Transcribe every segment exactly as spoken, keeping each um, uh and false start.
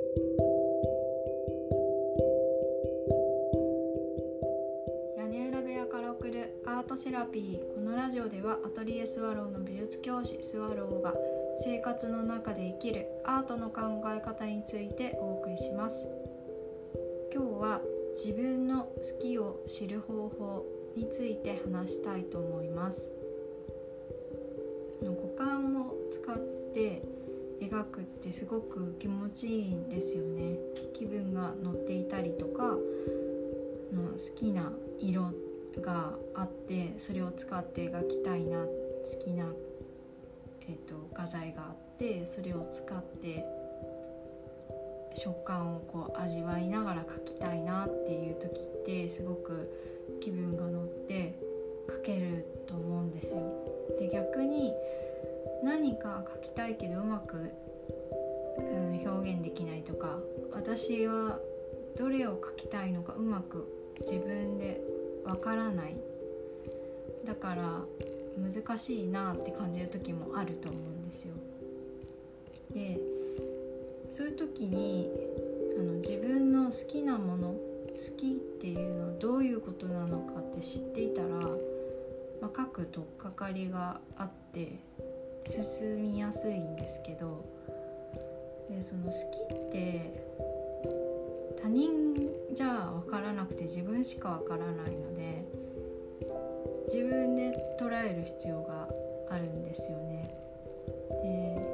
屋根裏部屋から送るアートセラピー。このラジオではアトリエスワローの美術教師スワローが生活の中で生きるアートの考え方についてお送りします。今日は自分の好きを知る方法について話したいと思います。五感を使って描くってすごく気持ちいいんですよね。気分が乗っていたりとか、好きな色があってそれを使って描きたいな、好きな、えーと、画材があってそれを使って食感をこう味わいながら描きたいなっていう時ってすごく気分が乗って描けると思うんですよ。で、逆に何か描きたいけどうまく、うん、表現できないとか、私はどれを描きたいのかうまく自分でわからない、だから難しいなって感じる時もあると思うんですよ。で、そういう時にあの自分の好きなもの、好きっていうのはどういうことなのかって知っていたら、まあ、描くとっかかりがあって進みやすいんですけど、でその好きって他人じゃ分からなくて自分しか分からないので、自分で捉える必要があるんですよね。で、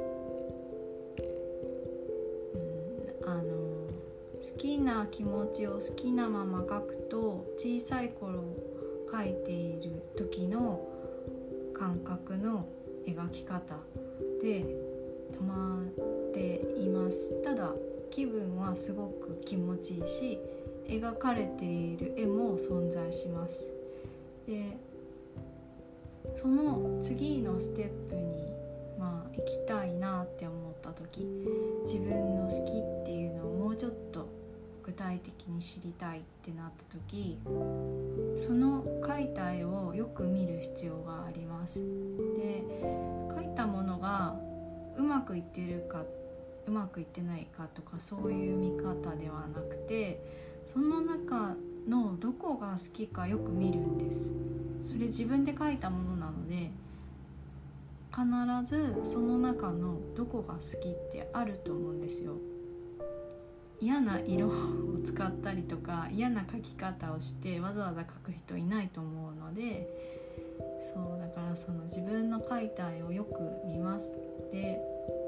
うん、あの好きな気持ちを好きなまま描くと、小さい頃描いている時の感覚の描き方で止まっています。ただ気分はすごく気持ちいいし、描かれている絵も存在します。で、その次のステップに、まあ、行きたいなって思った時、自分の好きっていうのをもうちょっと具体的に知りたいってなった時、その描いた絵をよく見る必要があります。で、描いたものがうまくいってるかうまくいってないかとか、そういう見方ではなくて、その中のどこが好きかよく見るんです。それ自分で描いたものなので、必ずその中のどこが好きってあると思うんですよ。嫌な色を使ったりとか嫌な描き方をしてわざわざ描く人いないと思うので、そうだからその自分の描いた絵をよく見ます。で、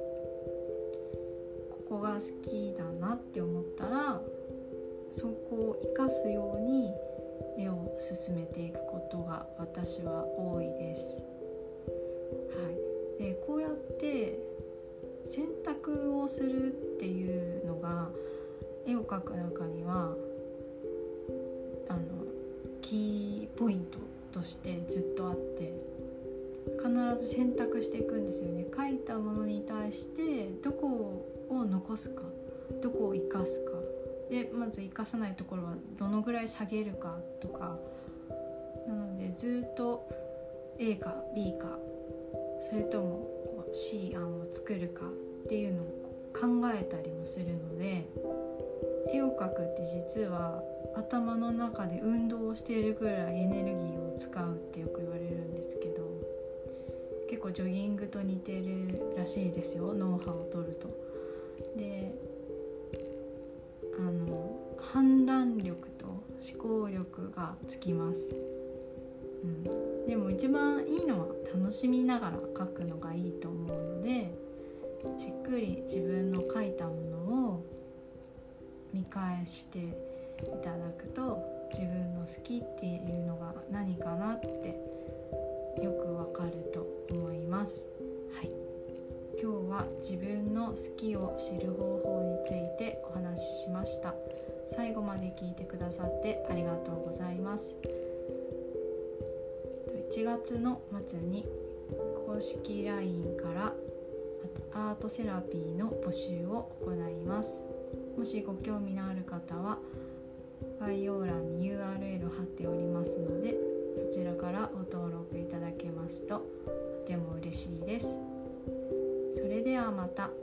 ここが好きだなって思ったら、そこを生かすように絵を進めていくことが私は多いです。はい。で、こうやって選択をするっていうのが絵を描く中にはあのキーポイントとしてずっとあって、必ず選択していくんですよね。描いたものに対してどこを残すか、どこを生かすかで、まず生かさないところはどのぐらい下げるかとか、なのでずっと A か B か、それとも C 案を作るかっていうのを考えたりもするので、絵を描くって実は頭の中で運動をしているぐらいエネルギーを使うってよく言われるんですけど、結構ジョギングと似てるらしいですよ、脳波を取ると。で、あの判断力と思考力がつきます。うん、でも一番いいのは楽しみながら描くのがいいと思うので、じっくり自分の描いたものを見返していただくと、自分の好きっていうのが何かなってよくわかると思います。はい。今日は自分の好きを知る方法についてお話ししました。最後まで聞いてくださってありがとうございます。いちがつの末に公式 ライン からアートセラピーの募集を行います。もしご興味のある方は概要欄に ユーアールエル を貼っておりますので、そちらからご登録いただけますととても嬉しいです。それではまた。